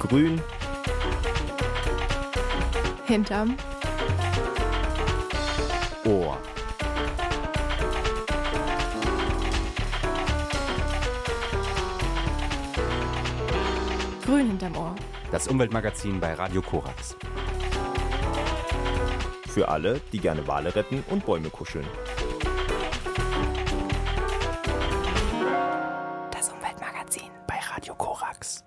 Grün. Hinterm Ohr. Grün hinterm Ohr. Das Umweltmagazin bei Radio Korax. Für alle, die gerne Wale retten und Bäume kuscheln. Das Umweltmagazin bei Radio Korax.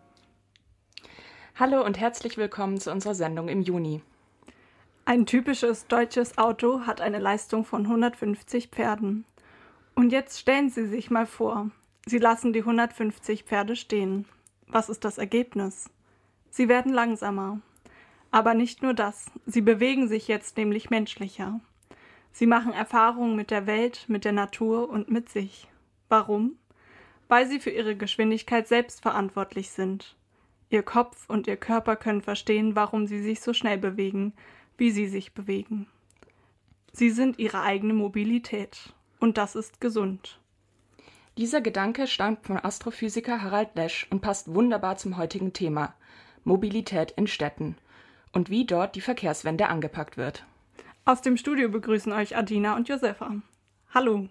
Hallo und herzlich willkommen zu unserer Sendung im Juni. Ein typisches deutsches Auto hat eine Leistung von 150 Pferden. Und jetzt stellen Sie sich mal vor, Sie lassen die 150 Pferde stehen. Was ist das Ergebnis? Sie werden langsamer. Aber nicht nur das, sie bewegen sich jetzt nämlich menschlicher. Sie machen Erfahrungen mit der Welt, mit der Natur und mit sich. Warum? Weil sie für ihre Geschwindigkeit selbst verantwortlich sind. Ihr Kopf und ihr Körper können verstehen, warum sie sich so schnell bewegen, wie sie sich bewegen. Sie sind ihre eigene Mobilität. Und das ist gesund. Dieser Gedanke stammt von Astrophysiker Harald Lesch und passt wunderbar zum heutigen Thema: Mobilität in Städten und wie dort die Verkehrswende angepackt wird. Aus dem Studio begrüßen euch Adina und Josefa. Hallo!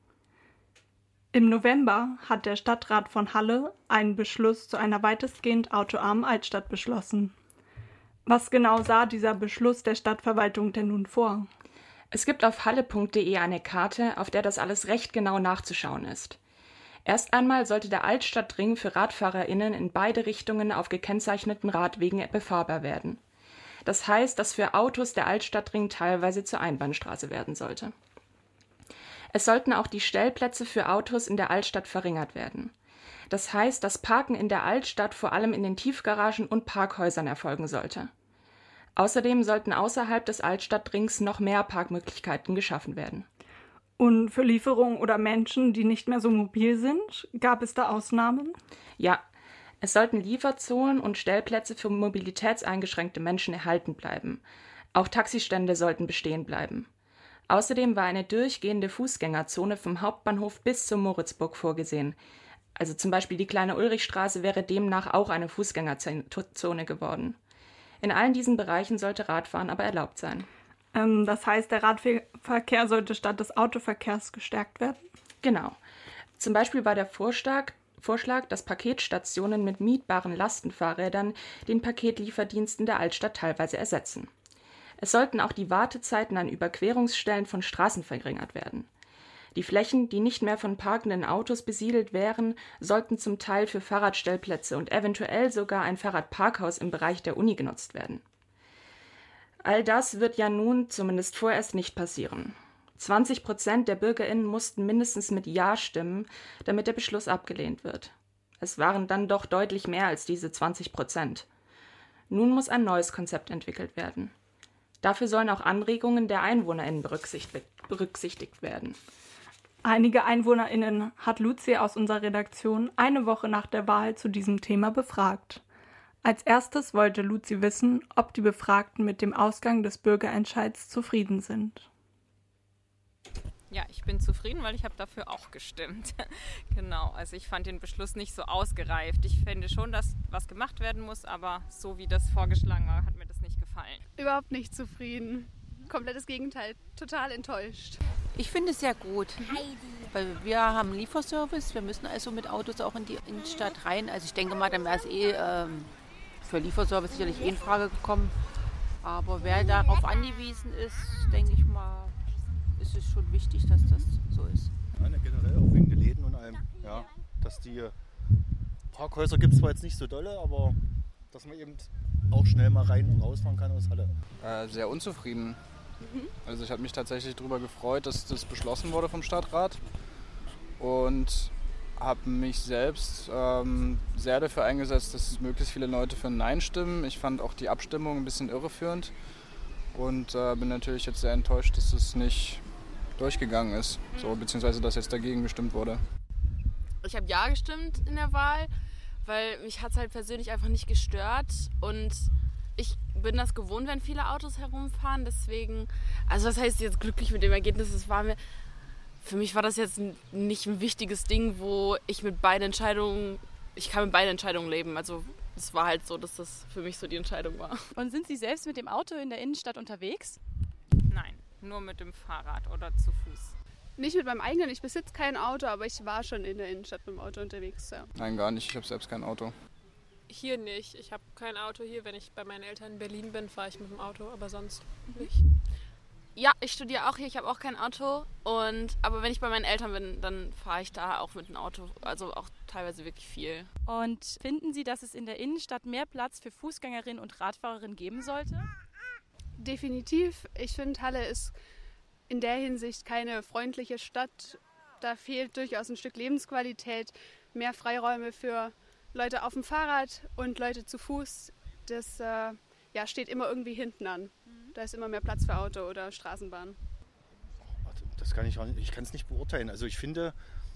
Im November hat der Stadtrat von Halle einen Beschluss zu einer weitestgehend autoarmen Altstadt beschlossen. Was genau sah dieser Beschluss der Stadtverwaltung denn nun vor? Es gibt auf halle.de eine Karte, auf der das alles recht genau nachzuschauen ist. Erst einmal sollte der Altstadtring für RadfahrerInnen in beide Richtungen auf gekennzeichneten Radwegen befahrbar werden. Das heißt, dass für Autos der Altstadtring teilweise zur Einbahnstraße werden sollte. Es sollten auch die Stellplätze für Autos in der Altstadt verringert werden. Das heißt, dass Parken in der Altstadt vor allem in den Tiefgaragen und Parkhäusern erfolgen sollte. Außerdem sollten außerhalb des Altstadtrings noch mehr Parkmöglichkeiten geschaffen werden. Und für Lieferungen oder Menschen, die nicht mehr so mobil sind, gab es da Ausnahmen? Ja, es sollten Lieferzonen und Stellplätze für mobilitätseingeschränkte Menschen erhalten bleiben. Auch Taxistände sollten bestehen bleiben. Außerdem war eine durchgehende Fußgängerzone vom Hauptbahnhof bis zur Moritzburg vorgesehen. Also zum Beispiel die kleine Ulrichstraße wäre demnach auch eine Fußgängerzone geworden. In allen diesen Bereichen sollte Radfahren aber erlaubt sein. Das heißt, der Radverkehr sollte statt des Autoverkehrs gestärkt werden? Genau. Zum Beispiel war der Vorschlag, dass Paketstationen mit mietbaren Lastenfahrrädern den Paketlieferdiensten der Altstadt teilweise ersetzen. Es sollten auch die Wartezeiten an Überquerungsstellen von Straßen verringert werden. Die Flächen, die nicht mehr von parkenden Autos besiedelt wären, sollten zum Teil für Fahrradstellplätze und eventuell sogar ein Fahrradparkhaus im Bereich der Uni genutzt werden. All das wird ja nun zumindest vorerst nicht passieren. 20% der BürgerInnen mussten mindestens mit Ja stimmen, damit der Beschluss abgelehnt wird. Es waren dann doch deutlich mehr als diese 20%. Nun muss ein neues Konzept entwickelt werden. Dafür sollen auch Anregungen der EinwohnerInnen berücksichtigt werden. Einige EinwohnerInnen hat Lucia aus unserer Redaktion eine Woche nach der Wahl zu diesem Thema befragt. Als erstes wollte Luzi wissen, ob die Befragten mit dem Ausgang des Bürgerentscheids zufrieden sind. Ja, ich bin zufrieden, weil ich habe dafür auch gestimmt. Genau, also ich fand den Beschluss nicht so ausgereift. Ich finde schon, dass was gemacht werden muss, aber so wie das vorgeschlagen war, hat mir das nicht gefallen. Überhaupt nicht zufrieden. Komplettes Gegenteil, total enttäuscht. Ich finde es sehr gut, weil wir haben einen Lieferservice. Wir müssen also mit Autos auch in die Innenstadt rein. Also ich denke mal, dann wäre es für Lieferservice sicherlich in Frage gekommen. Aber wer darauf angewiesen ist, denke ich mal, ist es schon wichtig, dass das so ist. Ja, generell auch wegen den Läden und allem. Ja, dass die Parkhäuser gibt es zwar jetzt nicht so dolle, aber dass man eben auch schnell mal rein und rausfahren kann aus Halle. Sehr unzufrieden. Also ich habe mich tatsächlich darüber gefreut, dass das beschlossen wurde vom Stadtrat und habe mich selbst sehr dafür eingesetzt, dass möglichst viele Leute für ein Nein stimmen. Ich fand auch die Abstimmung ein bisschen irreführend und bin natürlich jetzt sehr enttäuscht, dass es nicht durchgegangen ist, so, beziehungsweise dass jetzt dagegen gestimmt wurde. Ich habe Ja gestimmt in der Wahl, weil mich hat es halt persönlich einfach nicht gestört und ich bin das gewohnt, wenn viele Autos herumfahren, deswegen, also was heißt jetzt glücklich mit dem Ergebnis, für mich war das jetzt nicht ein wichtiges Ding, wo ich kann mit beiden Entscheidungen leben, also es war halt so, dass das für mich so die Entscheidung war. Und sind Sie selbst mit dem Auto in der Innenstadt unterwegs? Nein, nur mit dem Fahrrad oder zu Fuß. Nicht mit meinem eigenen, ich besitze kein Auto, aber ich war schon in der Innenstadt mit dem Auto unterwegs. Ja. Nein, gar nicht. Ich habe selbst kein Auto. Hier nicht. Ich habe kein Auto hier. Wenn ich bei meinen Eltern in Berlin bin, fahre ich mit dem Auto, aber sonst nicht. Ja, ich studiere auch hier, ich habe auch kein Auto. Aber wenn ich bei meinen Eltern bin, dann fahre ich da auch mit dem Auto. Also auch teilweise wirklich viel. Und finden Sie, dass es in der Innenstadt mehr Platz für Fußgängerinnen und Radfahrerinnen geben sollte? Definitiv. Ich finde, Halle ist in der Hinsicht keine freundliche Stadt. Da fehlt durchaus ein Stück Lebensqualität, mehr Freiräume für Leute auf dem Fahrrad und Leute zu Fuß. Das steht immer irgendwie hinten an. Da ist immer mehr Platz für Auto oder Straßenbahn. Das kann ich kann es nicht beurteilen. Also ich finde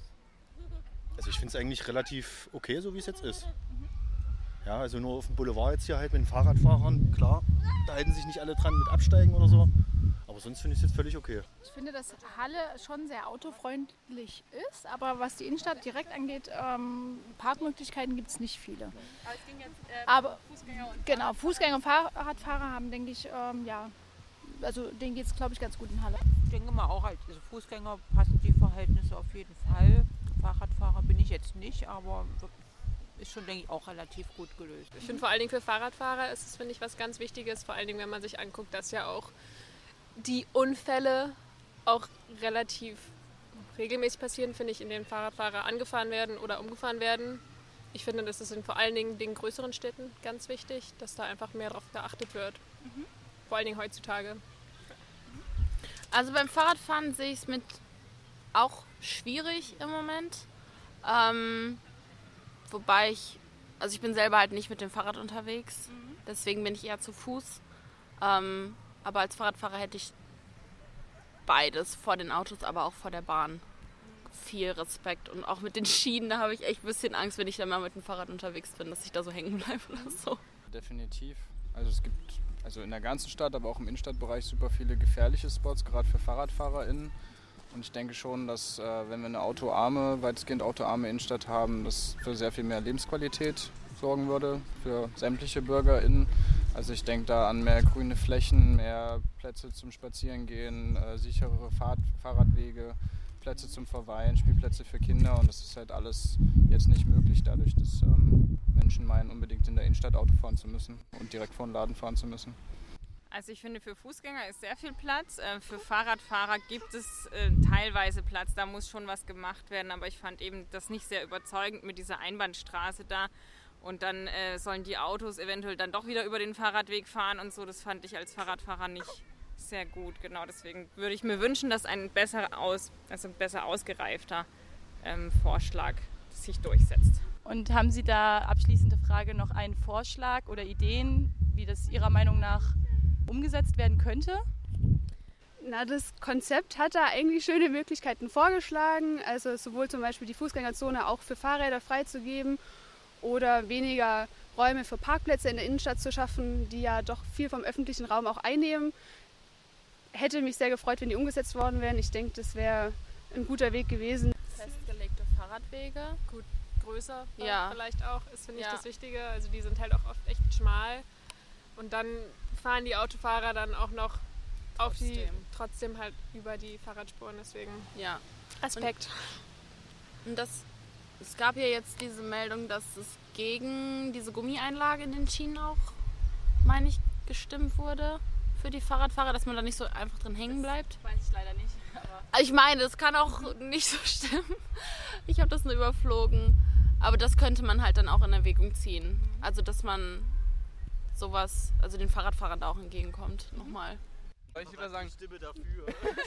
es eigentlich relativ okay, so wie es jetzt ist. Ja, also nur auf dem Boulevard jetzt hier halt mit den Fahrradfahrern, klar, da halten sich nicht alle dran mit Absteigen oder so. Aber sonst finde ich es jetzt völlig okay. Ich finde, dass Halle schon sehr autofreundlich ist, aber was die Innenstadt direkt angeht, Parkmöglichkeiten gibt es nicht viele. Aber es ging jetzt Fußgänger und genau, Fußgänger und Fahrradfahrer haben, denke ich, also denen geht es, glaube ich, ganz gut in Halle. Ich denke mal auch, also Fußgänger passen die Verhältnisse auf jeden Fall. Fahrradfahrer bin ich jetzt nicht, aber ist schon, denke ich, auch relativ gut gelöst. Ich finde vor allen Dingen für Fahrradfahrer ist es, finde ich, was ganz Wichtiges. Vor allen Dingen, wenn man sich anguckt, dass ja auch die Unfälle auch relativ regelmäßig passieren, finde ich, in denen Fahrradfahrer angefahren werden oder umgefahren werden. Ich finde, das ist in vor allen Dingen den größeren Städten ganz wichtig, dass da einfach mehr darauf geachtet wird. Vor allen Dingen heutzutage. Also beim Fahrradfahren sehe ich es mit auch schwierig im Moment. Wobei ich bin selber halt nicht mit dem Fahrrad unterwegs. Deswegen bin ich eher zu Fuß. Aber als Fahrradfahrer hätte ich beides, vor den Autos, aber auch vor der Bahn. Viel Respekt. Und auch mit den Schienen, da habe ich echt ein bisschen Angst, wenn ich dann mal mit dem Fahrrad unterwegs bin, dass ich da so hängen bleibe oder so. Definitiv. Also es gibt in der ganzen Stadt, aber auch im Innenstadtbereich super viele gefährliche Spots, gerade für FahrradfahrerInnen. Und ich denke schon, dass wenn wir eine weitestgehend autoarme Innenstadt haben, das für sehr viel mehr Lebensqualität sorgen würde für sämtliche BürgerInnen. Also ich denke da an mehr grüne Flächen, mehr Plätze zum Spazierengehen, sicherere Fahrradwege, Plätze zum Verweilen, Spielplätze für Kinder. Und das ist halt alles jetzt nicht möglich, dadurch, dass Menschen meinen, unbedingt in der Innenstadt Auto fahren zu müssen und direkt vor den Laden fahren zu müssen. Also ich finde, für Fußgänger ist sehr viel Platz. Für Fahrradfahrer gibt es teilweise Platz. Da muss schon was gemacht werden. Aber ich fand eben das nicht sehr überzeugend mit dieser Einbahnstraße da. Und dann sollen die Autos eventuell dann doch wieder über den Fahrradweg fahren und so. Das fand ich als Fahrradfahrer nicht sehr gut. Genau deswegen würde ich mir wünschen, dass ein besser ausgereifter Vorschlag sich durchsetzt. Und haben Sie da, abschließende Frage, noch einen Vorschlag oder Ideen, wie das Ihrer Meinung nach umgesetzt werden könnte? Das Konzept hat da eigentlich schöne Möglichkeiten vorgeschlagen. Also sowohl zum Beispiel die Fußgängerzone auch für Fahrräder freizugeben oder weniger Räume für Parkplätze in der Innenstadt zu schaffen, die ja doch viel vom öffentlichen Raum auch einnehmen. Hätte mich sehr gefreut, wenn die umgesetzt worden wären. Ich denke, das wäre ein guter Weg gewesen. Festgelegte Fahrradwege. Gut, größer ja. Vielleicht auch, ist, finde ich, das Wichtige. Also die sind halt auch oft echt schmal. Und dann fahren die Autofahrer dann auch noch trotzdem halt über die Fahrradspuren. Deswegen Respekt. Und es gab ja jetzt diese Meldung, dass es gegen diese Gummieinlage in den Schienen auch, meine ich, gestimmt wurde für die Fahrradfahrer, dass man da nicht so einfach drin hängen bleibt. Das weiß ich leider nicht. Aber ich meine, es kann auch nicht so stimmen. Ich habe das nur überflogen. Aber das könnte man halt dann auch in Erwägung ziehen. Also, dass man sowas, also den Fahrradfahrern da auch entgegenkommt. Nochmal. Soll ich lieber sagen? Stimme dafür.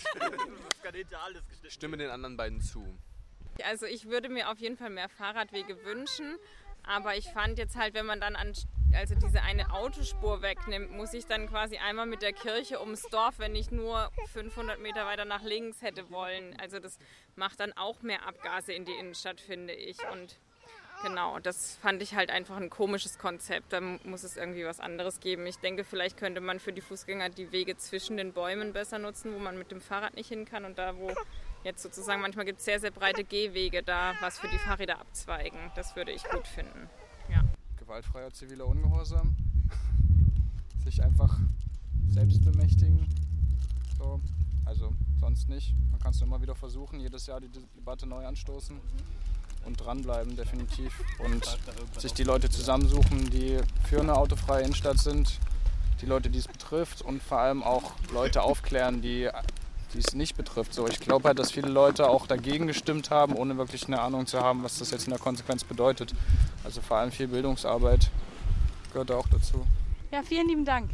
Stimme den anderen beiden zu. Also ich würde mir auf jeden Fall mehr Fahrradwege wünschen, aber ich fand jetzt halt, wenn man dann diese eine Autospur wegnimmt, muss ich dann quasi einmal mit der Kirche ums Dorf, wenn ich nur 500 Meter weiter nach links hätte wollen. Also das macht dann auch mehr Abgase in die Innenstadt, finde ich. Und genau, das fand ich halt einfach ein komisches Konzept. Da muss es irgendwie was anderes geben. Ich denke, vielleicht könnte man für die Fußgänger die Wege zwischen den Bäumen besser nutzen, wo man mit dem Fahrrad nicht hin kann und da, wo jetzt sozusagen manchmal gibt es sehr, sehr breite Gehwege, da was für die Fahrräder abzweigen. Das würde ich gut finden. Ja. gewaltfreier ziviler Ungehorsam. Sich einfach selbst bemächtigen. So. Also sonst nicht. Man kann es immer wieder versuchen, jedes Jahr die Debatte neu anstoßen und dranbleiben definitiv. Und sich die Leute zusammensuchen, die für eine autofreie Innenstadt sind, die Leute, die es betrifft und vor allem auch Leute aufklären, die es nicht betrifft. So, ich glaube halt, dass viele Leute auch dagegen gestimmt haben, ohne wirklich eine Ahnung zu haben, was das jetzt in der Konsequenz bedeutet. Also vor allem viel Bildungsarbeit gehört da auch dazu. Ja, vielen lieben Dank.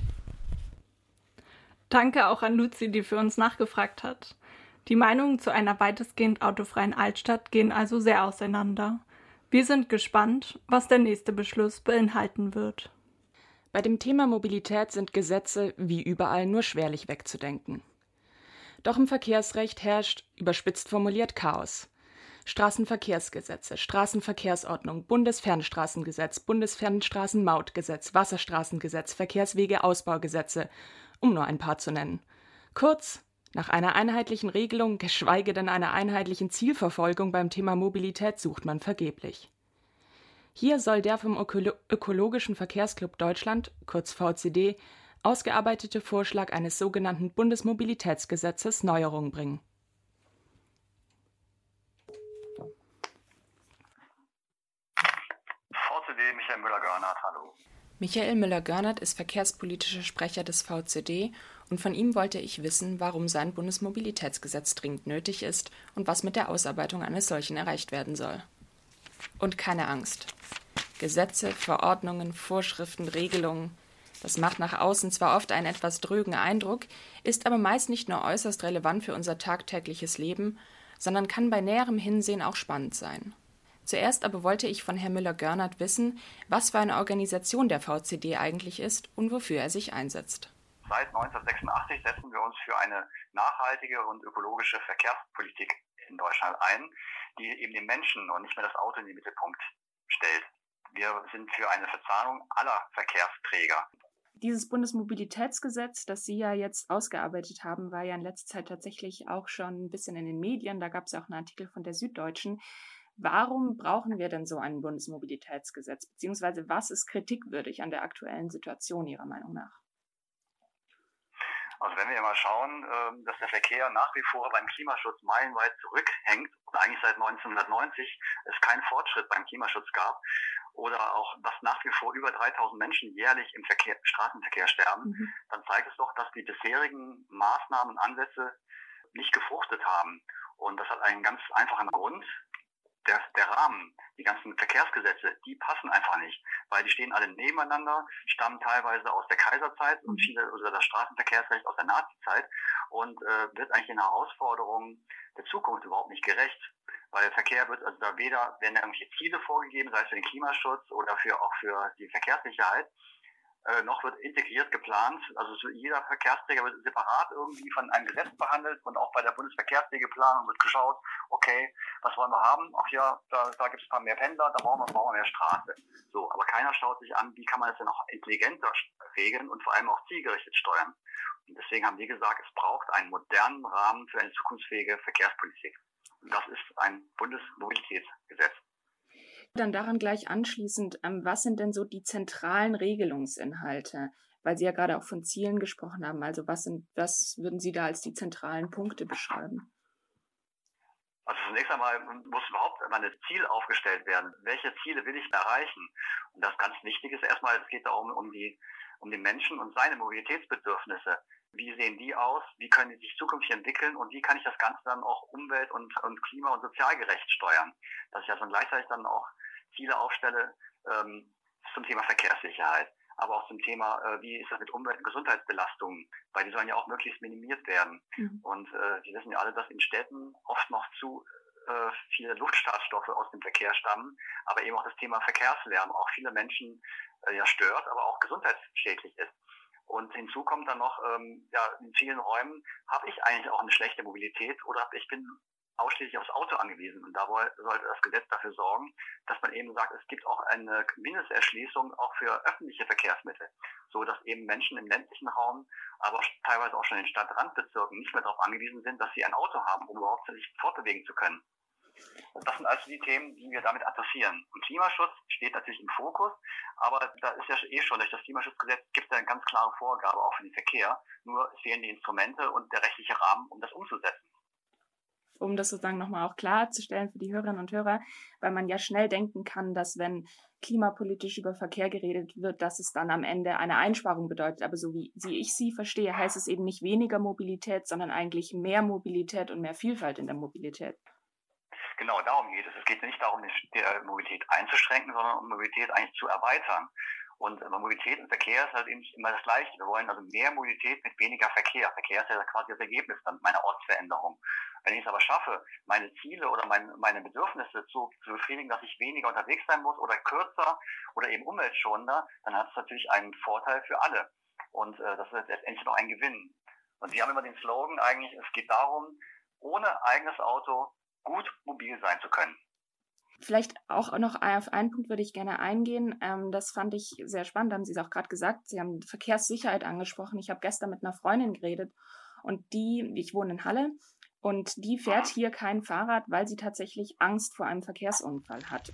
Danke auch an Luzi, die für uns nachgefragt hat. Die Meinungen zu einer weitestgehend autofreien Altstadt gehen also sehr auseinander. Wir sind gespannt, was der nächste Beschluss beinhalten wird. Bei dem Thema Mobilität sind Gesetze wie überall nur schwerlich wegzudenken. Doch im Verkehrsrecht herrscht, überspitzt formuliert, Chaos. Straßenverkehrsgesetze, Straßenverkehrsordnung, Bundesfernstraßengesetz, Bundesfernstraßenmautgesetz, Wasserstraßengesetz, Verkehrswegeausbaugesetze, um nur ein paar zu nennen. Kurz, nach einer einheitlichen Regelung, geschweige denn einer einheitlichen Zielverfolgung beim Thema Mobilität sucht man vergeblich. Hier soll der vom Ökologischen Verkehrsclub Deutschland, kurz VCD, ausgearbeitete Vorschlag eines sogenannten Bundesmobilitätsgesetzes Neuerungen bringen. VCD Michael Müller-Görnert, hallo. Michael Müller-Görnert ist verkehrspolitischer Sprecher des VCD und von ihm wollte ich wissen, warum sein Bundesmobilitätsgesetz dringend nötig ist und was mit der Ausarbeitung eines solchen erreicht werden soll. Und keine Angst. Gesetze, Verordnungen, Vorschriften, Regelungen, das macht nach außen zwar oft einen etwas drögen Eindruck, ist aber meist nicht nur äußerst relevant für unser tagtägliches Leben, sondern kann bei näherem Hinsehen auch spannend sein. Zuerst aber wollte ich von Herrn Müller-Görnert wissen, was für eine Organisation der VCD eigentlich ist und wofür er sich einsetzt. Seit 1986 setzen wir uns für eine nachhaltige und ökologische Verkehrspolitik in Deutschland ein, die eben den Menschen und nicht mehr das Auto in den Mittelpunkt stellt. Wir sind für eine Verzahnung aller Verkehrsträger. Dieses Bundesmobilitätsgesetz, das Sie ja jetzt ausgearbeitet haben, war ja in letzter Zeit tatsächlich auch schon ein bisschen in den Medien. Da gab es ja auch einen Artikel von der Süddeutschen. Warum brauchen wir denn so ein Bundesmobilitätsgesetz? Beziehungsweise was ist kritikwürdig an der aktuellen Situation Ihrer Meinung nach? Also wenn wir mal schauen, dass der Verkehr nach wie vor beim Klimaschutz meilenweit zurückhängt und eigentlich seit 1990 es keinen Fortschritt beim Klimaschutz gab oder auch, dass nach wie vor über 3000 Menschen jährlich im Straßenverkehr sterben, dann zeigt es doch, dass die bisherigen Maßnahmen und Ansätze nicht gefruchtet haben. Und das hat einen ganz einfachen Grund. Der Rahmen, die ganzen Verkehrsgesetze, die passen einfach nicht, weil die stehen alle nebeneinander, stammen teilweise aus der Kaiserzeit und viele oder das Straßenverkehrsrecht aus der Nazizeit und wird eigentlich den Herausforderungen der Zukunft überhaupt nicht gerecht, weil Verkehr wird, also da weder werden ja irgendwelche Ziele vorgegeben, sei es für den Klimaschutz oder auch für die Verkehrssicherheit, noch wird integriert geplant, also jeder Verkehrsträger wird separat irgendwie von einem Gesetz behandelt und auch bei der Bundesverkehrswegeplanung wird geschaut, okay, was wollen wir haben? Ach ja, da gibt es ein paar mehr Pendler, da brauchen wir mehr Straße. So, aber keiner schaut sich an, wie kann man das denn noch intelligenter regeln und vor allem auch zielgerichtet steuern. Und deswegen haben wir gesagt, es braucht einen modernen Rahmen für eine zukunftsfähige Verkehrspolitik. Und das ist ein Bundesmobilitätsgesetz. Dann daran gleich anschließend, was sind denn so die zentralen Regelungsinhalte? Weil Sie ja gerade auch von Zielen gesprochen haben. Also was würden Sie da als die zentralen Punkte beschreiben? Also zunächst einmal muss überhaupt ein Ziel aufgestellt werden. Welche Ziele will ich erreichen? Und das ganz Wichtige ist erstmal, es geht darum, um den Menschen und seine Mobilitätsbedürfnisse. Wie sehen die aus? Wie können die sich zukünftig entwickeln? Und wie kann ich das Ganze dann auch umwelt- und klima- und sozialgerecht steuern? Dass ich also gleichzeitig dann auch Ziele aufstelle zum Thema Verkehrssicherheit, aber auch zum Thema, wie ist das mit Umwelt- und Gesundheitsbelastungen? Weil die sollen ja auch möglichst minimiert werden. Und Sie wissen ja alle, dass in Städten oft noch zu viele Luftschadstoffe aus dem Verkehr stammen, aber eben auch das Thema Verkehrslärm auch viele Menschen stört, aber auch gesundheitsschädlich ist. Und hinzu kommt dann noch, in vielen Räumen habe ich eigentlich auch eine schlechte Mobilität oder ich bin ausschließlich aufs Auto angewiesen. Und da sollte das Gesetz dafür sorgen, dass man eben sagt, es gibt auch eine Mindesterschließung auch für öffentliche Verkehrsmittel, so dass eben Menschen im ländlichen Raum, aber teilweise auch schon in Stadtrandbezirken nicht mehr darauf angewiesen sind, dass sie ein Auto haben, um überhaupt sich fortbewegen zu können. Das sind also die Themen, die wir damit adressieren. Und Klimaschutz steht natürlich im Fokus, aber da ist ja schon durch das Klimaschutzgesetz gibt es ja eine ganz klare Vorgabe auch für den Verkehr. Nur es fehlen die Instrumente und der rechtliche Rahmen, um das umzusetzen. Um das sozusagen nochmal auch klarzustellen für die Hörerinnen und Hörer, weil man ja schnell denken kann, dass wenn klimapolitisch über Verkehr geredet wird, dass es dann am Ende eine Einsparung bedeutet. Aber so wie ich sie verstehe, heißt es eben nicht weniger Mobilität, sondern eigentlich mehr Mobilität und mehr Vielfalt in der Mobilität. Genau, darum geht es. Es geht nicht darum, die Mobilität einzuschränken, sondern um Mobilität eigentlich zu erweitern. Und Mobilität und Verkehr ist halt eben immer das Gleiche. Wir wollen also mehr Mobilität mit weniger Verkehr. Verkehr ist ja quasi das Ergebnis dann meiner Ortsveränderung. Wenn ich es aber schaffe, meine Ziele oder meine Bedürfnisse zu befriedigen, dass ich weniger unterwegs sein muss oder kürzer oder eben umweltschonender, dann hat es natürlich einen Vorteil für alle. Und das ist letztendlich noch ein Gewinn. Und Sie haben immer den Slogan eigentlich, es geht darum, ohne eigenes Auto gut mobil sein zu können. Vielleicht auch noch auf einen Punkt würde ich gerne eingehen. Das fand ich sehr spannend, haben Sie es auch gerade gesagt. Sie haben Verkehrssicherheit angesprochen. Ich habe gestern mit einer Freundin geredet und ich wohne in Halle, und die fährt hier kein Fahrrad, weil sie tatsächlich Angst vor einem Verkehrsunfall hat.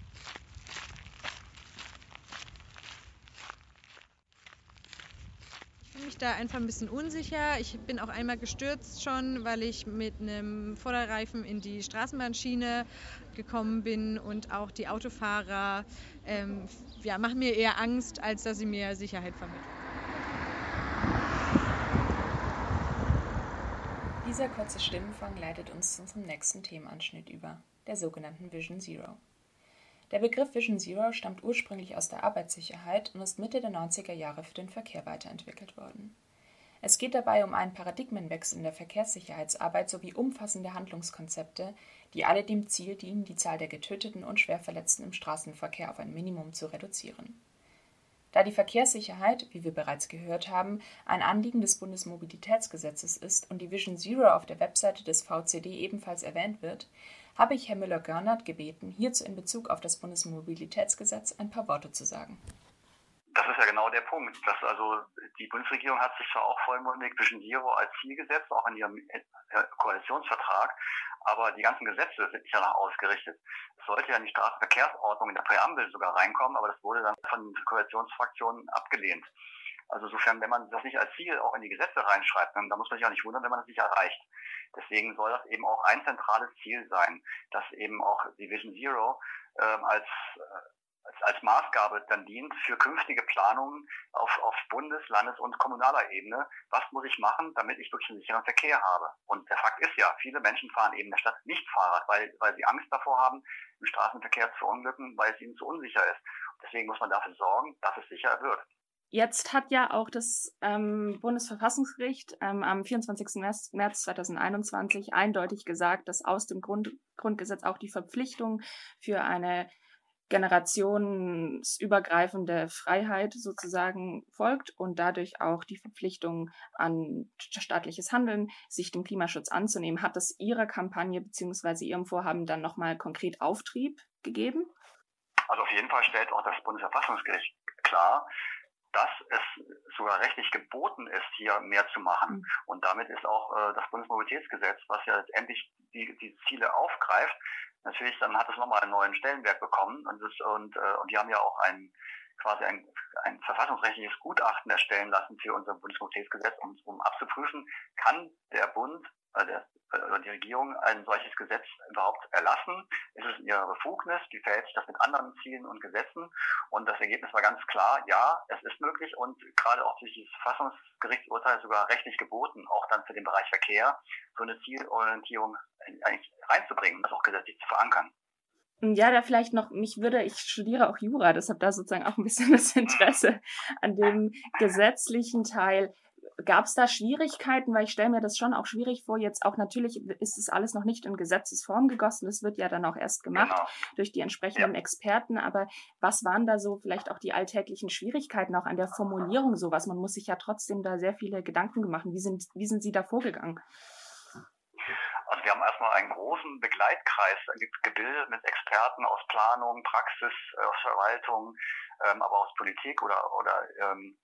Ich fühle mich da einfach ein bisschen unsicher. Ich bin auch einmal gestürzt schon, weil ich mit einem Vorderreifen in die Straßenbahnschiene gekommen bin, und auch die Autofahrer machen mir eher Angst, als dass sie mir Sicherheit vermitteln. Dieser kurze Stimmenfang leitet uns zu unserem nächsten Themenanschnitt über, der sogenannten Vision Zero. Der Begriff Vision Zero stammt ursprünglich aus der Arbeitssicherheit und ist Mitte der 90er Jahre für den Verkehr weiterentwickelt worden. Es geht dabei um einen Paradigmenwechsel in der Verkehrssicherheitsarbeit sowie umfassende Handlungskonzepte, die alle dem Ziel dienen, die Zahl der Getöteten und Schwerverletzten im Straßenverkehr auf ein Minimum zu reduzieren. Da die Verkehrssicherheit, wie wir bereits gehört haben, ein Anliegen des Bundesmobilitätsgesetzes ist und die Vision Zero auf der Webseite des VCD ebenfalls erwähnt wird, habe ich Herrn Müller-Görnert gebeten, hierzu in Bezug auf das Bundesmobilitätsgesetz ein paar Worte zu sagen. Das ist ja genau der Punkt. Die Bundesregierung hat sich zwar auch vollmundig Vision Zero als Ziel gesetzt, auch in ihrem Koalitionsvertrag, aber die ganzen Gesetze sind nicht danach ausgerichtet. Es sollte ja in die Straßenverkehrsordnung in der Präambel sogar reinkommen, aber das wurde dann von den Koalitionsfraktionen abgelehnt. Also insofern, wenn man das nicht als Ziel auch in die Gesetze reinschreibt, dann muss man sich auch nicht wundern, wenn man das nicht erreicht. Deswegen soll das eben auch ein zentrales Ziel sein, dass eben auch die Vision Zero als Maßgabe dann dient für künftige Planungen auf Bundes-, Landes- und kommunaler Ebene. Was muss ich machen, damit ich wirklich einen sicheren Verkehr habe? Und der Fakt ist ja, viele Menschen fahren eben in der Stadt nicht Fahrrad, weil sie Angst davor haben, im Straßenverkehr zu verunglücken, weil es ihnen zu unsicher ist. Deswegen muss man dafür sorgen, dass es sicher wird. Jetzt hat ja auch das Bundesverfassungsgericht am 24. März 2021 eindeutig gesagt, dass aus dem Grundgesetz auch die Verpflichtung für eine generationsübergreifende Freiheit sozusagen folgt und dadurch auch die Verpflichtung an staatliches Handeln, sich dem Klimaschutz anzunehmen. Hat das Ihrer Kampagne bzw. Ihrem Vorhaben dann nochmal konkret Auftrieb gegeben? Also auf jeden Fall stellt auch das Bundesverfassungsgericht klar, dass es sogar rechtlich geboten ist, hier mehr zu machen. Und damit ist auch das Bundesmobilitätsgesetz, was ja letztendlich die Ziele aufgreift, natürlich, dann hat es nochmal einen neuen Stellenwert bekommen und die haben ja auch ein verfassungsrechtliches Gutachten erstellen lassen für unser Bundesmobilitätsgesetz, um abzuprüfen, kann der Bund oder die Regierung ein solches Gesetz überhaupt erlassen? Ist es in ihrer Befugnis? Wie verhält sich das mit anderen Zielen und Gesetzen? Und das Ergebnis war ganz klar, ja, es ist möglich und gerade auch durch dieses Verfassungsgerichtsurteil sogar rechtlich geboten, auch dann für den Bereich Verkehr so eine Zielorientierung eigentlich reinzubringen, das auch gesetzlich zu verankern. Ja, da vielleicht noch, ich studiere auch Jura, deshalb da sozusagen auch ein bisschen das Interesse an dem gesetzlichen Teil. Gab es da Schwierigkeiten? Weil ich stelle mir das schon auch schwierig vor. Jetzt auch natürlich ist es alles noch nicht in Gesetzesform gegossen. Das wird ja dann auch erst gemacht durch die entsprechenden Experten. Aber was waren da so vielleicht auch die alltäglichen Schwierigkeiten auch an der Formulierung sowas? Man muss sich ja trotzdem da sehr viele Gedanken gemacht. Wie sind Sie da vorgegangen? Also wir haben erstmal einen großen Begleitkreis gebildet mit Experten aus Planung, Praxis, aus Verwaltung, aber aus Politik oder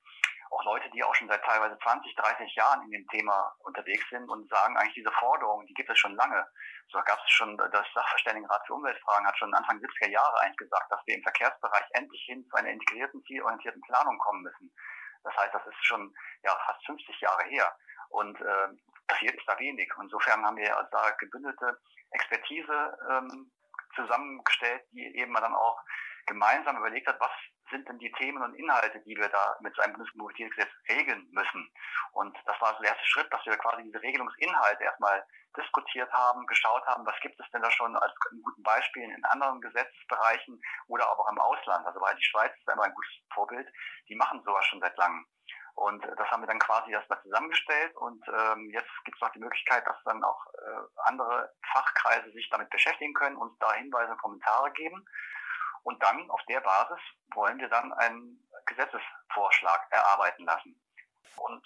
auch Leute, die auch schon seit teilweise 20, 30 Jahren in dem Thema unterwegs sind und sagen eigentlich, diese Forderungen, die gibt es schon lange. So gab es schon, das Sachverständigenrat für Umweltfragen hat schon Anfang 70er Jahre eigentlich gesagt, dass wir im Verkehrsbereich endlich hin zu einer integrierten, zielorientierten Planung kommen müssen. Das heißt, das ist schon fast 50 Jahre her. Und passiert ist da wenig. Insofern haben wir also da gebündelte Expertise zusammengestellt, die eben dann auch gemeinsam überlegt hat, was sind denn die Themen und Inhalte, die wir da mit so einem Bundesmobilitätsgesetz regeln müssen. Und das war so der erste Schritt, dass wir quasi diese Regelungsinhalte erstmal diskutiert haben, geschaut haben, was gibt es denn da schon als guten Beispielen in anderen Gesetzesbereichen oder aber auch im Ausland. Also weil die Schweiz ist immer ein gutes Vorbild, die machen sowas schon seit langem. Und das haben wir dann quasi erstmal zusammengestellt und jetzt gibt es noch die Möglichkeit, dass dann auch andere Fachkreise sich damit beschäftigen können, uns da Hinweise und Kommentare geben. Und dann auf der Basis wollen wir dann einen Gesetzesvorschlag erarbeiten lassen. Und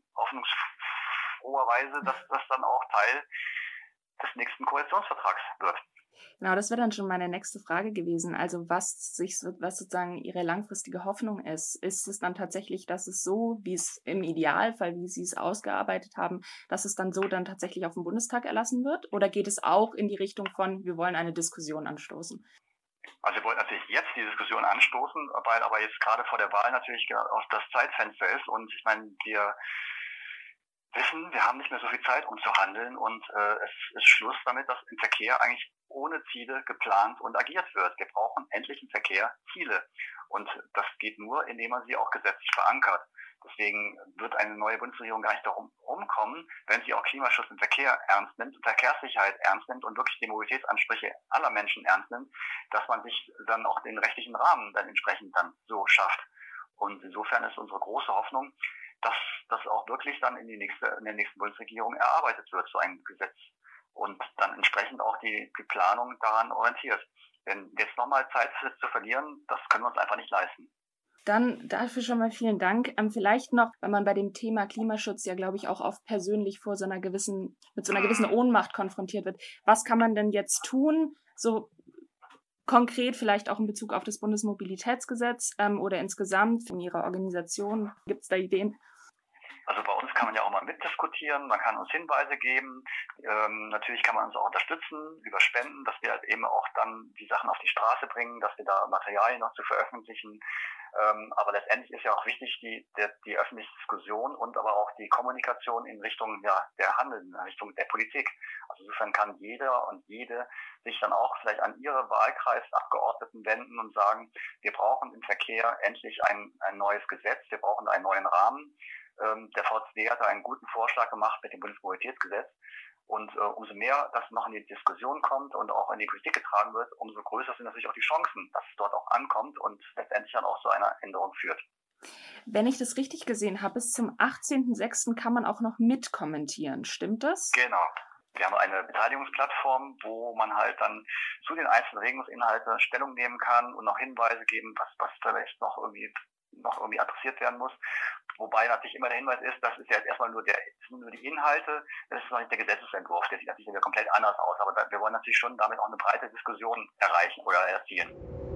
hoffnungsfroherweise, dass das dann auch Teil des nächsten Koalitionsvertrags wird. Genau, das wäre dann schon meine nächste Frage gewesen. Also was sozusagen Ihre langfristige Hoffnung ist. Ist es dann tatsächlich, dass es so, wie es im Idealfall, wie Sie es ausgearbeitet haben, dass es dann so dann tatsächlich auf dem Bundestag erlassen wird? Oder geht es auch in die Richtung von, wir wollen eine Diskussion anstoßen? Also wir wollten natürlich jetzt die Diskussion anstoßen, weil aber jetzt gerade vor der Wahl natürlich auch das Zeitfenster ist. Und ich meine, wir wissen, wir haben nicht mehr so viel Zeit, um zu handeln. Und es ist Schluss damit, dass im Verkehr eigentlich ohne Ziele geplant und agiert wird. Wir brauchen endlich im Verkehr Ziele. Und das geht nur, indem man sie auch gesetzlich verankert. Deswegen wird eine neue Bundesregierung gar nicht darum rumkommen, wenn sie auch Klimaschutz im Verkehr ernst nimmt, Verkehrssicherheit ernst nimmt und wirklich die Mobilitätsansprüche aller Menschen ernst nimmt, dass man sich dann auch den rechtlichen Rahmen dann entsprechend dann so schafft. Und insofern ist unsere große Hoffnung, dass das auch wirklich dann in der nächsten Bundesregierung erarbeitet wird, so ein Gesetz. Und dann entsprechend auch die Planung daran orientiert. Denn jetzt nochmal Zeit zu verlieren, das können wir uns einfach nicht leisten. Dann dafür schon mal vielen Dank. Vielleicht noch, weil man bei dem Thema Klimaschutz ja, glaube ich, auch oft persönlich mit so einer gewissen Ohnmacht konfrontiert wird. Was kann man denn jetzt tun, so konkret vielleicht auch in Bezug auf das Bundesmobilitätsgesetz oder insgesamt in Ihrer Organisation? Gibt es da Ideen? Also bei uns kann man ja auch mal mitdiskutieren, man kann uns Hinweise geben, natürlich kann man uns auch unterstützen über Spenden, dass wir halt eben auch dann die Sachen auf die Straße bringen, dass wir da Materialien noch zu veröffentlichen. Aber letztendlich ist ja auch wichtig die öffentliche Diskussion und aber auch die Kommunikation in Richtung der Handel, in Richtung der Politik. Also insofern kann jeder und jede sich dann auch vielleicht an ihre Wahlkreisabgeordneten wenden und sagen, wir brauchen im Verkehr endlich ein neues Gesetz, wir brauchen einen neuen Rahmen. Der VCD hat einen guten Vorschlag gemacht mit dem Bundesmobilitätsgesetz. Und umso mehr das noch in die Diskussion kommt und auch in die Politik getragen wird, umso größer sind natürlich auch die Chancen, dass es dort auch ankommt und letztendlich dann auch zu einer Änderung führt. Wenn ich das richtig gesehen habe, bis zum 18.06. kann man auch noch mitkommentieren. Stimmt das? Genau. Wir haben eine Beteiligungsplattform, wo man halt dann zu den einzelnen Regelungsinhalten Stellung nehmen kann und noch Hinweise geben, was vielleicht noch irgendwie adressiert werden muss. Wobei natürlich immer der Hinweis ist, das ist ja jetzt erstmal nur die Inhalte, das ist noch nicht der Gesetzesentwurf, der sieht natürlich wieder komplett anders aus. Aber wir wollen natürlich schon damit auch eine breite Diskussion erreichen oder erzielen.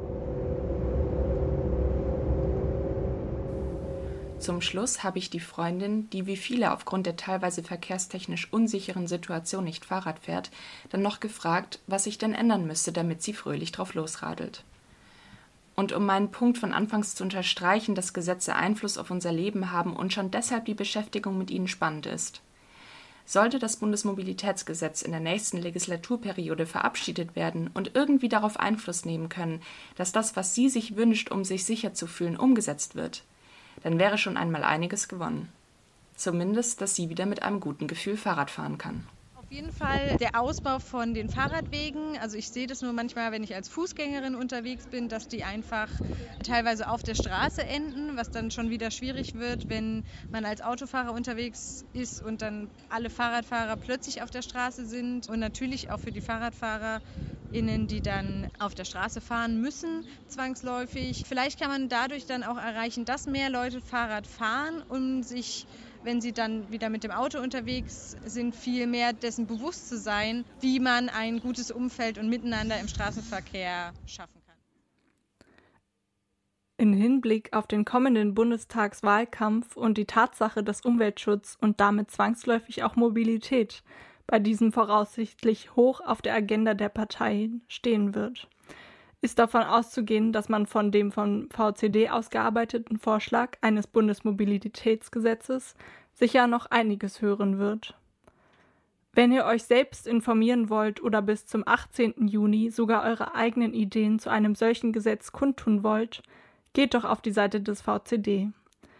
Zum Schluss habe ich die Freundin, die wie viele aufgrund der teilweise verkehrstechnisch unsicheren Situation nicht Fahrrad fährt, dann noch gefragt, was sich denn ändern müsste, damit sie fröhlich drauf losradelt. Und um meinen Punkt von Anfangs zu unterstreichen, dass Gesetze Einfluss auf unser Leben haben und schon deshalb die Beschäftigung mit ihnen spannend ist. Sollte das Bundesmobilitätsgesetz in der nächsten Legislaturperiode verabschiedet werden und irgendwie darauf Einfluss nehmen können, dass das, was sie sich wünscht, um sich sicher zu fühlen, umgesetzt wird, dann wäre schon einmal einiges gewonnen. Zumindest, dass sie wieder mit einem guten Gefühl Fahrrad fahren kann. Auf jeden Fall der Ausbau von den Fahrradwegen. Also ich sehe das nur manchmal, wenn ich als Fußgängerin unterwegs bin, dass die einfach teilweise auf der Straße enden, was dann schon wieder schwierig wird, wenn man als Autofahrer unterwegs ist und dann alle Fahrradfahrer plötzlich auf der Straße sind. Und natürlich auch für die FahrradfahrerInnen, die dann auf der Straße fahren müssen, zwangsläufig. Vielleicht kann man dadurch dann auch erreichen, dass mehr Leute Fahrrad fahren, um sich, wenn sie dann wieder mit dem Auto unterwegs sind, viel mehr dessen bewusst zu sein, wie man ein gutes Umfeld und Miteinander im Straßenverkehr schaffen kann. In Hinblick auf den kommenden Bundestagswahlkampf und die Tatsache, dass Umweltschutz und damit zwangsläufig auch Mobilität bei diesem voraussichtlich hoch auf der Agenda der Parteien stehen wird, ist davon auszugehen, dass man von dem vom VCD ausgearbeiteten Vorschlag eines Bundesmobilitätsgesetzes sicher noch einiges hören wird. Wenn ihr euch selbst informieren wollt oder bis zum 18. Juni sogar eure eigenen Ideen zu einem solchen Gesetz kundtun wollt, geht doch auf die Seite des VCD.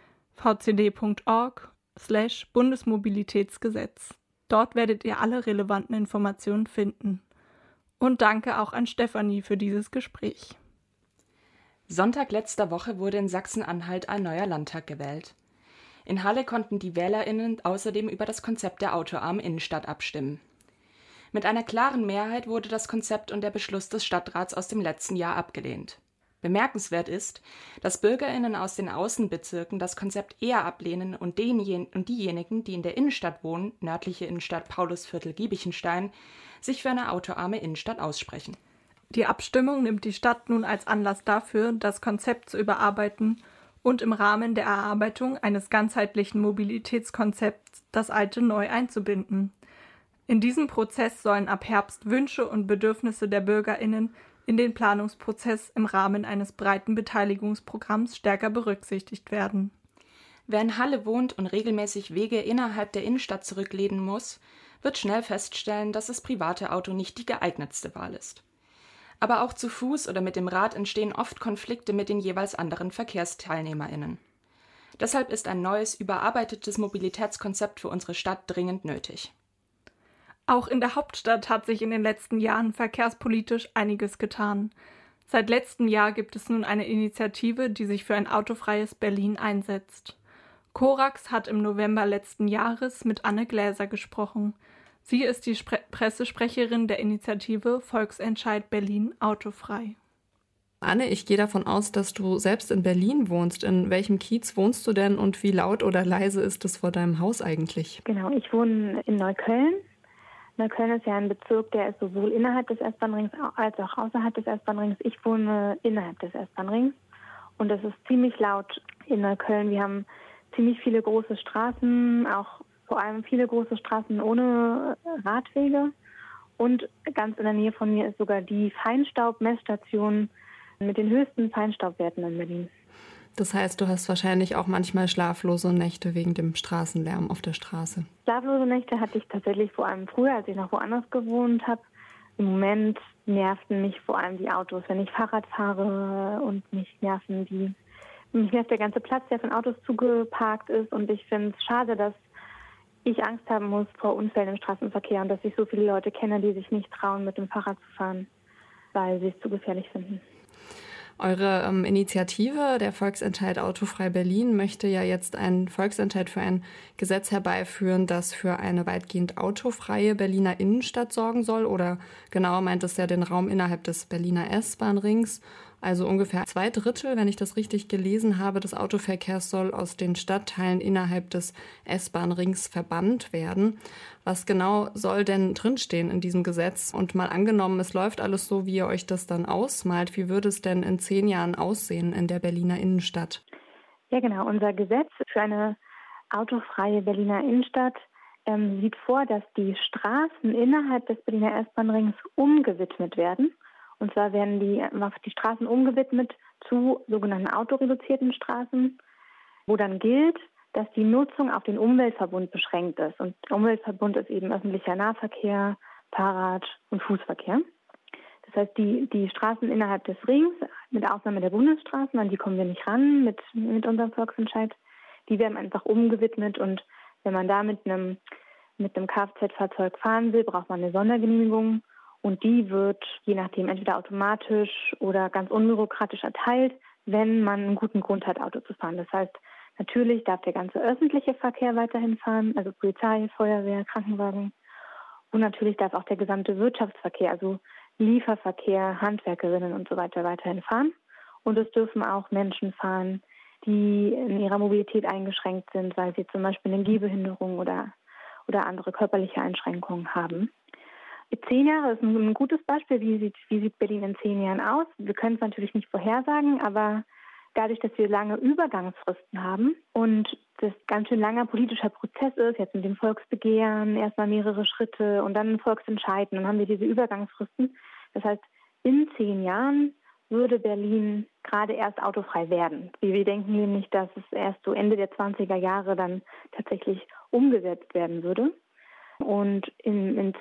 vcd.org/Bundesmobilitätsgesetz. Dort werdet ihr alle relevanten Informationen finden. Und danke auch an Stefanie für dieses Gespräch. Sonntag letzter Woche wurde in Sachsen-Anhalt ein neuer Landtag gewählt. In Halle konnten die WählerInnen außerdem über das Konzept der autoarmen Innenstadt abstimmen. Mit einer klaren Mehrheit wurde das Konzept und der Beschluss des Stadtrats aus dem letzten Jahr abgelehnt. Bemerkenswert ist, dass BürgerInnen aus den Außenbezirken das Konzept eher ablehnen und diejenigen, die in der Innenstadt wohnen, nördliche Innenstadt Paulusviertel Giebichenstein, sich für eine autoarme Innenstadt aussprechen. Die Abstimmung nimmt die Stadt nun als Anlass dafür, das Konzept zu überarbeiten und im Rahmen der Erarbeitung eines ganzheitlichen Mobilitätskonzepts das alte neu einzubinden. In diesem Prozess sollen ab Herbst Wünsche und Bedürfnisse der BürgerInnen in den Planungsprozess im Rahmen eines breiten Beteiligungsprogramms stärker berücksichtigt werden. Wer in Halle wohnt und regelmäßig Wege innerhalb der Innenstadt zurücklegen muss, wird schnell feststellen, dass das private Auto nicht die geeignetste Wahl ist. Aber auch zu Fuß oder mit dem Rad entstehen oft Konflikte mit den jeweils anderen VerkehrsteilnehmerInnen. Deshalb ist ein neues, überarbeitetes Mobilitätskonzept für unsere Stadt dringend nötig. Auch in der Hauptstadt hat sich in den letzten Jahren verkehrspolitisch einiges getan. Seit letztem Jahr gibt es nun eine Initiative, die sich für ein autofreies Berlin einsetzt. Korax hat im November letzten Jahres mit Anne Gläser gesprochen. Sie ist die Pressesprecherin der Initiative Volksentscheid Berlin autofrei. Anne, ich gehe davon aus, dass du selbst in Berlin wohnst. In welchem Kiez wohnst du denn und wie laut oder leise ist es vor deinem Haus eigentlich? Genau, ich wohne in Neukölln. Neukölln ist ja ein Bezirk, der ist sowohl innerhalb des S-Bahn-Rings als auch außerhalb des S-Bahn-Rings. Ich wohne innerhalb des S-Bahn-Rings und es ist ziemlich laut in Neukölln. Wir haben ziemlich viele große Straßen, auch vor allem viele große Straßen ohne Radwege. Und ganz in der Nähe von mir ist sogar die Feinstaubmessstation mit den höchsten Feinstaubwerten in Berlin. Das heißt, du hast wahrscheinlich auch manchmal schlaflose Nächte wegen dem Straßenlärm auf der Straße. Schlaflose Nächte hatte ich tatsächlich vor allem früher, als ich noch woanders gewohnt habe. Im Moment nervten mich vor allem die Autos, wenn ich Fahrrad fahre und mich nervt der ganze Platz, der von Autos zugeparkt ist. Und ich finde es schade, dass ich Angst haben muss vor Unfällen im Straßenverkehr und dass ich so viele Leute kenne, die sich nicht trauen, mit dem Fahrrad zu fahren, weil sie es zu gefährlich finden. Eure Initiative, der Volksentscheid Autofrei Berlin, möchte ja jetzt einen Volksentscheid für ein Gesetz herbeiführen, das für eine weitgehend autofreie Berliner Innenstadt sorgen soll. Oder genauer meint es ja den Raum innerhalb des Berliner S-Bahn-Rings. Also ungefähr 2/3, wenn ich das richtig gelesen habe, des Autoverkehrs soll aus den Stadtteilen innerhalb des S-Bahn-Rings verbannt werden. Was genau soll denn drinstehen in diesem Gesetz? Und mal angenommen, es läuft alles so, wie ihr euch das dann ausmalt. Wie würde es denn in 10 Jahren aussehen in der Berliner Innenstadt? Ja, genau. Unser Gesetz für eine autofreie Berliner Innenstadt sieht vor, dass die Straßen innerhalb des Berliner S-Bahn-Rings umgewidmet werden. Und zwar werden die Straßen umgewidmet zu sogenannten autoreduzierten Straßen, wo dann gilt, dass die Nutzung auf den Umweltverbund beschränkt ist. Und der Umweltverbund ist eben öffentlicher Nahverkehr, Fahrrad- und Fußverkehr. Das heißt, die Straßen innerhalb des Rings, mit Ausnahme der Bundesstraßen, an die kommen wir nicht ran mit unserem Volksentscheid, die werden einfach umgewidmet. Und wenn man da mit einem Kfz-Fahrzeug fahren will, braucht man eine Sondergenehmigung. Und die wird je nachdem entweder automatisch oder ganz unbürokratisch erteilt, wenn man einen guten Grund hat, Auto zu fahren. Das heißt, natürlich darf der ganze öffentliche Verkehr weiterhin fahren, also Polizei, Feuerwehr, Krankenwagen. Und natürlich darf auch der gesamte Wirtschaftsverkehr, also Lieferverkehr, Handwerkerinnen und so weiter weiterhin fahren. Und es dürfen auch Menschen fahren, die in ihrer Mobilität eingeschränkt sind, weil sie zum Beispiel eine Gehbehinderung oder andere körperliche Einschränkungen haben. 10 Jahre ist ein gutes Beispiel. Wie sieht Berlin in 10 Jahren aus? Wir können es natürlich nicht vorhersagen, aber dadurch, dass wir lange Übergangsfristen haben und das ganz schön langer politischer Prozess ist, jetzt mit dem Volksbegehren, erstmal mehrere Schritte und dann ein Volksentscheid, dann haben wir diese Übergangsfristen. Das heißt, in 10 Jahren würde Berlin gerade erst autofrei werden. Wir denken nämlich, dass es erst so Ende der 20er Jahre dann tatsächlich umgesetzt werden würde. Und in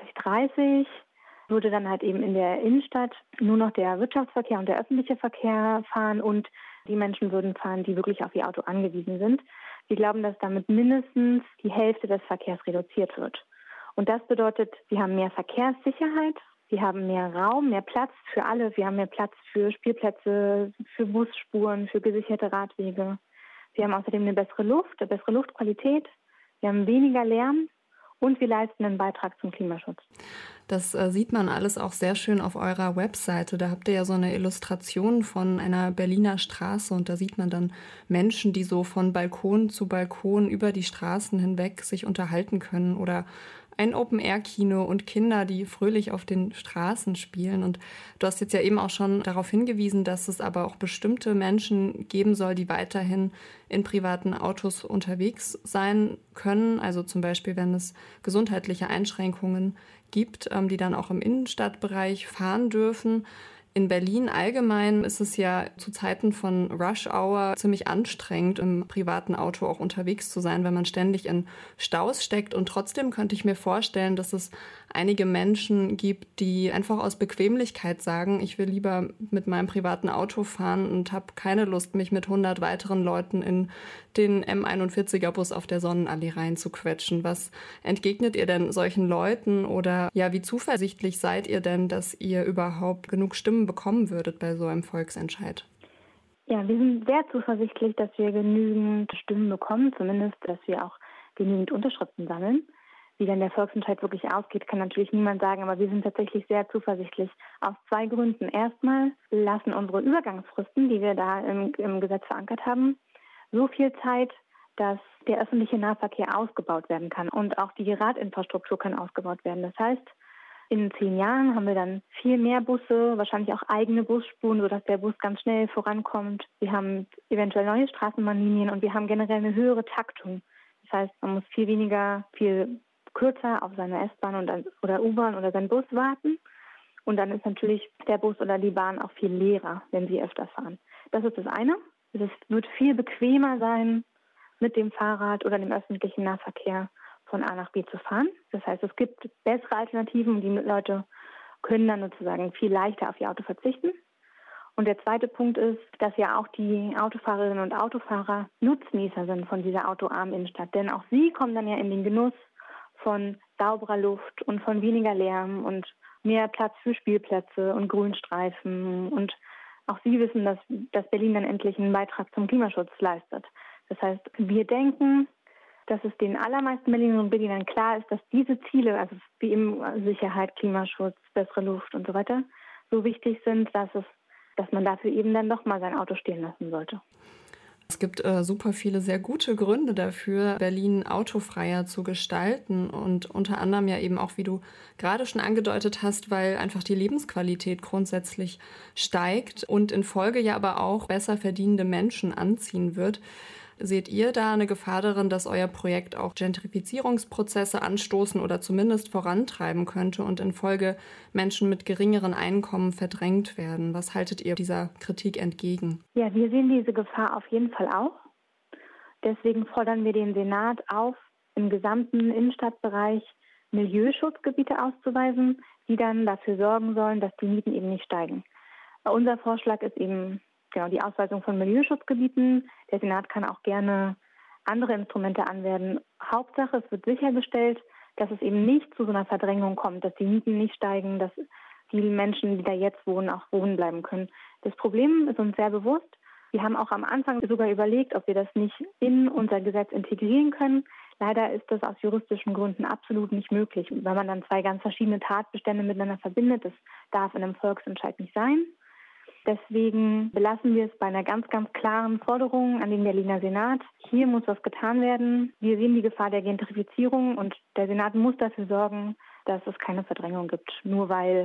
2030 würde dann halt eben in der Innenstadt nur noch der Wirtschaftsverkehr und der öffentliche Verkehr fahren und die Menschen würden fahren, die wirklich auf ihr Auto angewiesen sind. Wir glauben, dass damit mindestens die Hälfte des Verkehrs reduziert wird. Und das bedeutet, wir haben mehr Verkehrssicherheit, wir haben mehr Raum, mehr Platz für alle. Wir haben mehr Platz für Spielplätze, für Busspuren, für gesicherte Radwege. Wir haben außerdem eine bessere Luftqualität. Wir haben weniger Lärm und wir leisten einen Beitrag zum Klimaschutz. Das sieht man alles auch sehr schön auf eurer Webseite. Da habt ihr ja so eine Illustration von einer Berliner Straße und da sieht man dann Menschen, die so von Balkon zu Balkon über die Straßen hinweg sich unterhalten können oder ein Open-Air-Kino und Kinder, die fröhlich auf den Straßen spielen. Und du hast jetzt ja eben auch schon darauf hingewiesen, dass es aber auch bestimmte Menschen geben soll, die weiterhin in privaten Autos unterwegs sein können. Also zum Beispiel, wenn es gesundheitliche Einschränkungen gibt, die dann auch im Innenstadtbereich fahren dürfen. In Berlin allgemein ist es ja zu Zeiten von Rush Hour ziemlich anstrengend, im privaten Auto auch unterwegs zu sein, weil man ständig in Staus steckt. Und trotzdem könnte ich mir vorstellen, dass es einige Menschen gibt, die einfach aus Bequemlichkeit sagen, ich will lieber mit meinem privaten Auto fahren und habe keine Lust, mich mit 100 weiteren Leuten in den M41er-Bus auf der Sonnenallee reinzuquetschen. Was entgegnet ihr denn solchen Leuten oder ja, wie zuversichtlich seid ihr denn, dass ihr überhaupt genug Stimmen bekommen würdet bei so einem Volksentscheid? Ja, wir sind sehr zuversichtlich, dass wir genügend Stimmen bekommen, zumindest, dass wir auch genügend Unterschriften sammeln. Wie dann der Volksentscheid wirklich ausgeht, kann natürlich niemand sagen, aber wir sind tatsächlich sehr zuversichtlich. Aus 2 Gründen. Erstmal lassen unsere Übergangsfristen, die wir da im Gesetz verankert haben, so viel Zeit, dass der öffentliche Nahverkehr ausgebaut werden kann und auch die Radinfrastruktur kann ausgebaut werden. Das heißt, in 10 Jahren haben wir dann viel mehr Busse, wahrscheinlich auch eigene Busspuren, sodass der Bus ganz schnell vorankommt. Wir haben eventuell neue Straßenbahnlinien und wir haben generell eine höhere Taktung. Das heißt, man muss viel kürzer auf seine S-Bahn oder U-Bahn oder seinen Bus warten. Und dann ist natürlich der Bus oder die Bahn auch viel leerer, wenn sie öfter fahren. Das ist das eine. Es wird viel bequemer sein, mit dem Fahrrad oder dem öffentlichen Nahverkehr von A nach B zu fahren. Das heißt, es gibt bessere Alternativen und die Leute können dann sozusagen viel leichter auf ihr Auto verzichten. Und der zweite Punkt ist, dass ja auch die Autofahrerinnen und Autofahrer Nutznießer sind von dieser autoarmen Innenstadt. Denn auch sie kommen dann ja in den Genuss von sauberer Luft und von weniger Lärm und mehr Platz für Spielplätze und Grünstreifen. Und auch sie wissen, dass Berlin dann endlich einen Beitrag zum Klimaschutz leistet. Das heißt, wir denken, dass es den allermeisten Berlinerinnen und Berlinern klar ist, dass diese Ziele, also wie eben Sicherheit, Klimaschutz, bessere Luft und so weiter, so wichtig sind, dass man dafür eben dann doch mal sein Auto stehen lassen sollte. Es gibt super viele sehr gute Gründe dafür, Berlin autofreier zu gestalten und unter anderem ja eben auch, wie du gerade schon angedeutet hast, weil einfach die Lebensqualität grundsätzlich steigt und in Folge ja aber auch besser verdienende Menschen anziehen wird. Seht ihr da eine Gefahr darin, dass euer Projekt auch Gentrifizierungsprozesse anstoßen oder zumindest vorantreiben könnte und in Folge Menschen mit geringeren Einkommen verdrängt werden? Was haltet ihr dieser Kritik entgegen? Ja, wir sehen diese Gefahr auf jeden Fall auch. Deswegen fordern wir den Senat auf, im gesamten Innenstadtbereich Milieuschutzgebiete auszuweisen, die dann dafür sorgen sollen, dass die Mieten eben nicht steigen. Unser Vorschlag ist eben die Ausweisung von Milieuschutzgebieten. Der Senat kann auch gerne andere Instrumente anwenden. Hauptsache, es wird sichergestellt, dass es eben nicht zu so einer Verdrängung kommt, dass die Mieten nicht steigen, dass die Menschen, die da jetzt wohnen, auch wohnen bleiben können. Das Problem ist uns sehr bewusst. Wir haben auch am Anfang sogar überlegt, ob wir das nicht in unser Gesetz integrieren können. Leider ist das aus juristischen Gründen absolut nicht möglich, weil man dann 2 ganz verschiedene Tatbestände miteinander verbindet. Das darf in einem Volksentscheid nicht sein. Deswegen belassen wir es bei einer ganz, ganz klaren Forderung an den Berliner Senat. Hier muss was getan werden. Wir sehen die Gefahr der Gentrifizierung und der Senat muss dafür sorgen, dass es keine Verdrängung gibt. Nur weil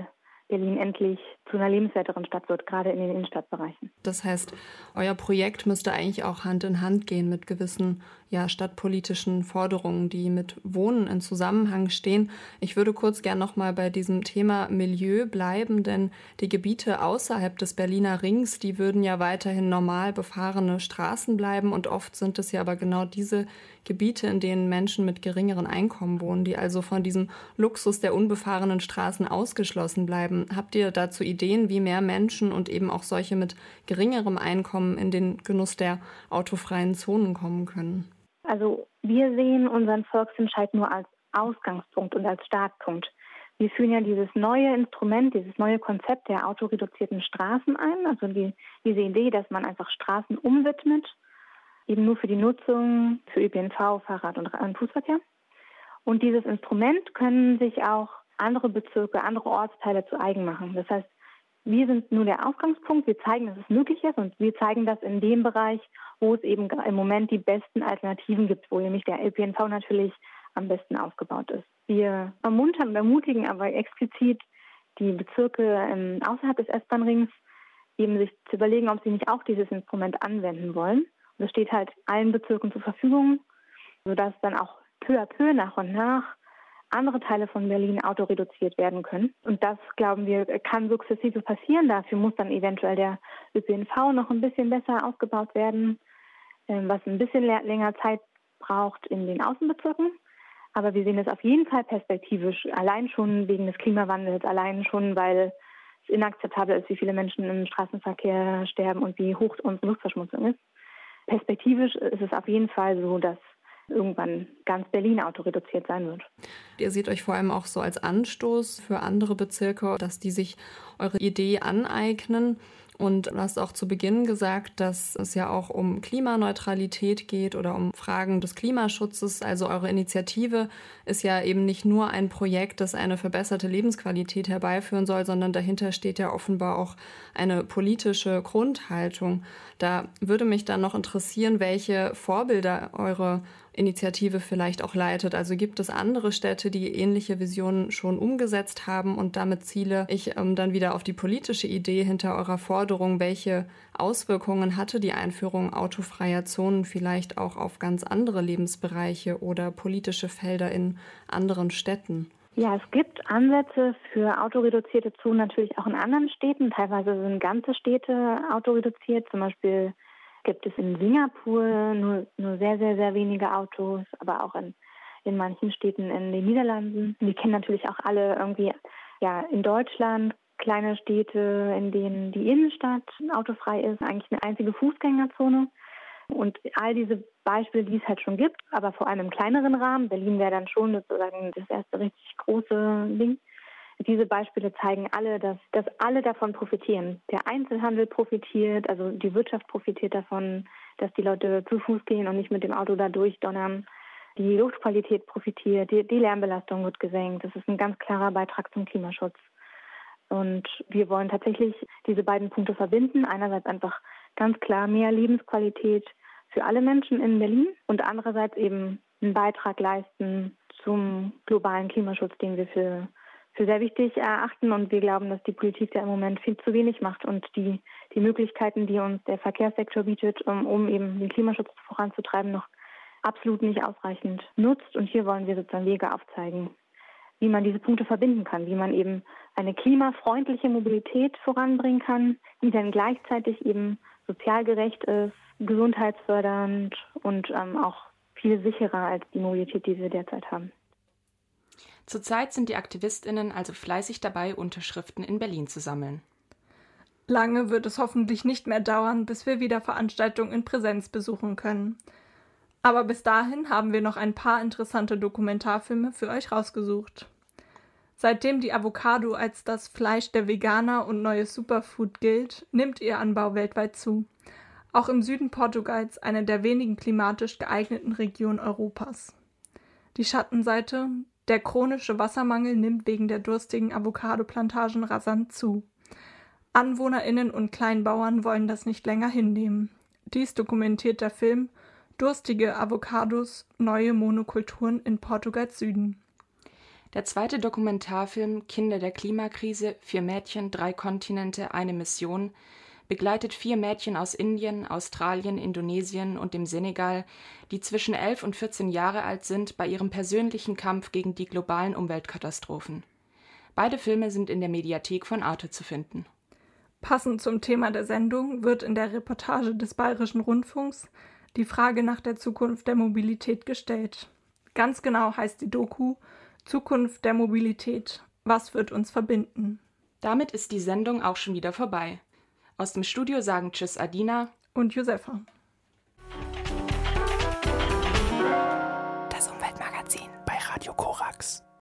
Berlin endlich zu einer lebenswerteren Stadt wird, gerade in den Innenstadtbereichen. Das heißt, euer Projekt müsste eigentlich auch Hand in Hand gehen mit gewissen stadtpolitischen Forderungen, die mit Wohnen in Zusammenhang stehen. Ich würde kurz gern nochmal bei diesem Thema Milieu bleiben, denn die Gebiete außerhalb des Berliner Rings, die würden ja weiterhin normal befahrene Straßen bleiben und oft sind es ja aber genau diese Gebiete, in denen Menschen mit geringeren Einkommen wohnen, die also von diesem Luxus der unbefahrenen Straßen ausgeschlossen bleiben. Habt ihr dazu Ideen, wie mehr Menschen und eben auch solche mit geringerem Einkommen in den Genuss der autofreien Zonen kommen können? Also wir sehen unseren Volksentscheid nur als Ausgangspunkt und als Startpunkt. Wir führen ja dieses neue Instrument, dieses neue Konzept der autoreduzierten Straßen ein, also diese Idee, dass man einfach Straßen umwidmet, eben nur für die Nutzung, für ÖPNV, Fahrrad und Fußverkehr. Und dieses Instrument können sich auch andere Bezirke, andere Ortsteile zu eigen machen. Das heißt, wir sind nur der Ausgangspunkt, wir zeigen, dass es möglich ist und wir zeigen das in dem Bereich, wo es eben im Moment die besten Alternativen gibt, wo nämlich der ÖPNV natürlich am besten aufgebaut ist. Wir ermuntern und ermutigen aber explizit die Bezirke außerhalb des S-Bahn-Rings, eben sich zu überlegen, ob sie nicht auch dieses Instrument anwenden wollen. Und das steht halt allen Bezirken zur Verfügung, sodass dann auch peu à peu nach und nach andere Teile von Berlin autoreduziert werden können. Und das, glauben wir, kann sukzessive passieren. Dafür muss dann eventuell der ÖPNV noch ein bisschen besser ausgebaut werden, was ein bisschen länger Zeit braucht in den Außenbezirken. Aber wir sehen es auf jeden Fall perspektivisch, allein schon wegen des Klimawandels, allein schon, weil es inakzeptabel ist, wie viele Menschen im Straßenverkehr sterben und wie hoch unsere Luftverschmutzung ist. Perspektivisch ist es auf jeden Fall so, dass irgendwann ganz Berlin autoreduziert sein wird. Ihr seht euch vor allem auch so als Anstoß für andere Bezirke, dass die sich eure Idee aneignen. Und du hast auch zu Beginn gesagt, dass es ja auch um Klimaneutralität geht oder um Fragen des Klimaschutzes. Also eure Initiative ist ja eben nicht nur ein Projekt, das eine verbesserte Lebensqualität herbeiführen soll, sondern dahinter steht ja offenbar auch eine politische Grundhaltung. Da würde mich dann noch interessieren, welche Vorbilder eure Initiative vielleicht auch leitet. Also gibt es andere Städte, die ähnliche Visionen schon umgesetzt haben und damit ziele ich dann wieder auf die politische Idee hinter eurer Forderung. Welche Auswirkungen hatte die Einführung autofreier Zonen vielleicht auch auf ganz andere Lebensbereiche oder politische Felder in anderen Städten? Ja, es gibt Ansätze für autoreduzierte Zonen natürlich auch in anderen Städten. Teilweise sind ganze Städte autoreduziert, zum Beispiel gibt es in Singapur nur sehr, sehr, sehr wenige Autos, aber auch in manchen Städten in den Niederlanden. Wir kennen natürlich auch alle irgendwie in Deutschland kleine Städte, in denen die Innenstadt autofrei ist, eigentlich eine einzige Fußgängerzone. Und all diese Beispiele, die es halt schon gibt, aber vor allem im kleineren Rahmen. Berlin wäre dann schon sozusagen das erste richtig große Ding. Diese Beispiele zeigen alle, dass alle davon profitieren. Der Einzelhandel profitiert, also die Wirtschaft profitiert davon, dass die Leute zu Fuß gehen und nicht mit dem Auto da durchdonnern. Die Luftqualität profitiert, die Lärmbelastung wird gesenkt. Das ist ein ganz klarer Beitrag zum Klimaschutz. Und wir wollen tatsächlich diese beiden Punkte verbinden. Einerseits einfach ganz klar mehr Lebensqualität für alle Menschen in Berlin und andererseits eben einen Beitrag leisten zum globalen Klimaschutz, den wir für sehr wichtig erachten, und wir glauben, dass die Politik da im Moment viel zu wenig macht und die Möglichkeiten, die uns der Verkehrssektor bietet, um eben den Klimaschutz voranzutreiben, noch absolut nicht ausreichend nutzt. Und hier wollen wir sozusagen Wege aufzeigen, wie man diese Punkte verbinden kann, wie man eben eine klimafreundliche Mobilität voranbringen kann, die dann gleichzeitig eben sozial gerecht ist, gesundheitsfördernd und auch viel sicherer als die Mobilität, die wir derzeit haben. Zurzeit sind die AktivistInnen also fleißig dabei, Unterschriften in Berlin zu sammeln. Lange wird es hoffentlich nicht mehr dauern, bis wir wieder Veranstaltungen in Präsenz besuchen können. Aber bis dahin haben wir noch ein paar interessante Dokumentarfilme für euch rausgesucht. Seitdem die Avocado als das Fleisch der Veganer und neues Superfood gilt, nimmt ihr Anbau weltweit zu. Auch im Süden Portugals, eine der wenigen klimatisch geeigneten Regionen Europas. Die Schattenseite: der chronische Wassermangel nimmt wegen der durstigen Avocado-Plantagen rasant zu. AnwohnerInnen und Kleinbauern wollen das nicht länger hinnehmen. Dies dokumentiert der Film Durstige Avocados, neue Monokulturen in Portugals Süden. Der zweite Dokumentarfilm Kinder der Klimakrise, 4 Mädchen, 3 Kontinente, eine Mission begleitet 4 Mädchen aus Indien, Australien, Indonesien und dem Senegal, die zwischen 11 und 14 Jahre alt sind, bei ihrem persönlichen Kampf gegen die globalen Umweltkatastrophen. Beide Filme sind in der Mediathek von Arte zu finden. Passend zum Thema der Sendung wird in der Reportage des Bayerischen Rundfunks die Frage nach der Zukunft der Mobilität gestellt. Ganz genau heißt die Doku Zukunft der Mobilität. Was wird uns verbinden? Damit ist die Sendung auch schon wieder vorbei. Aus dem Studio sagen Tschüss Adina und Josefa.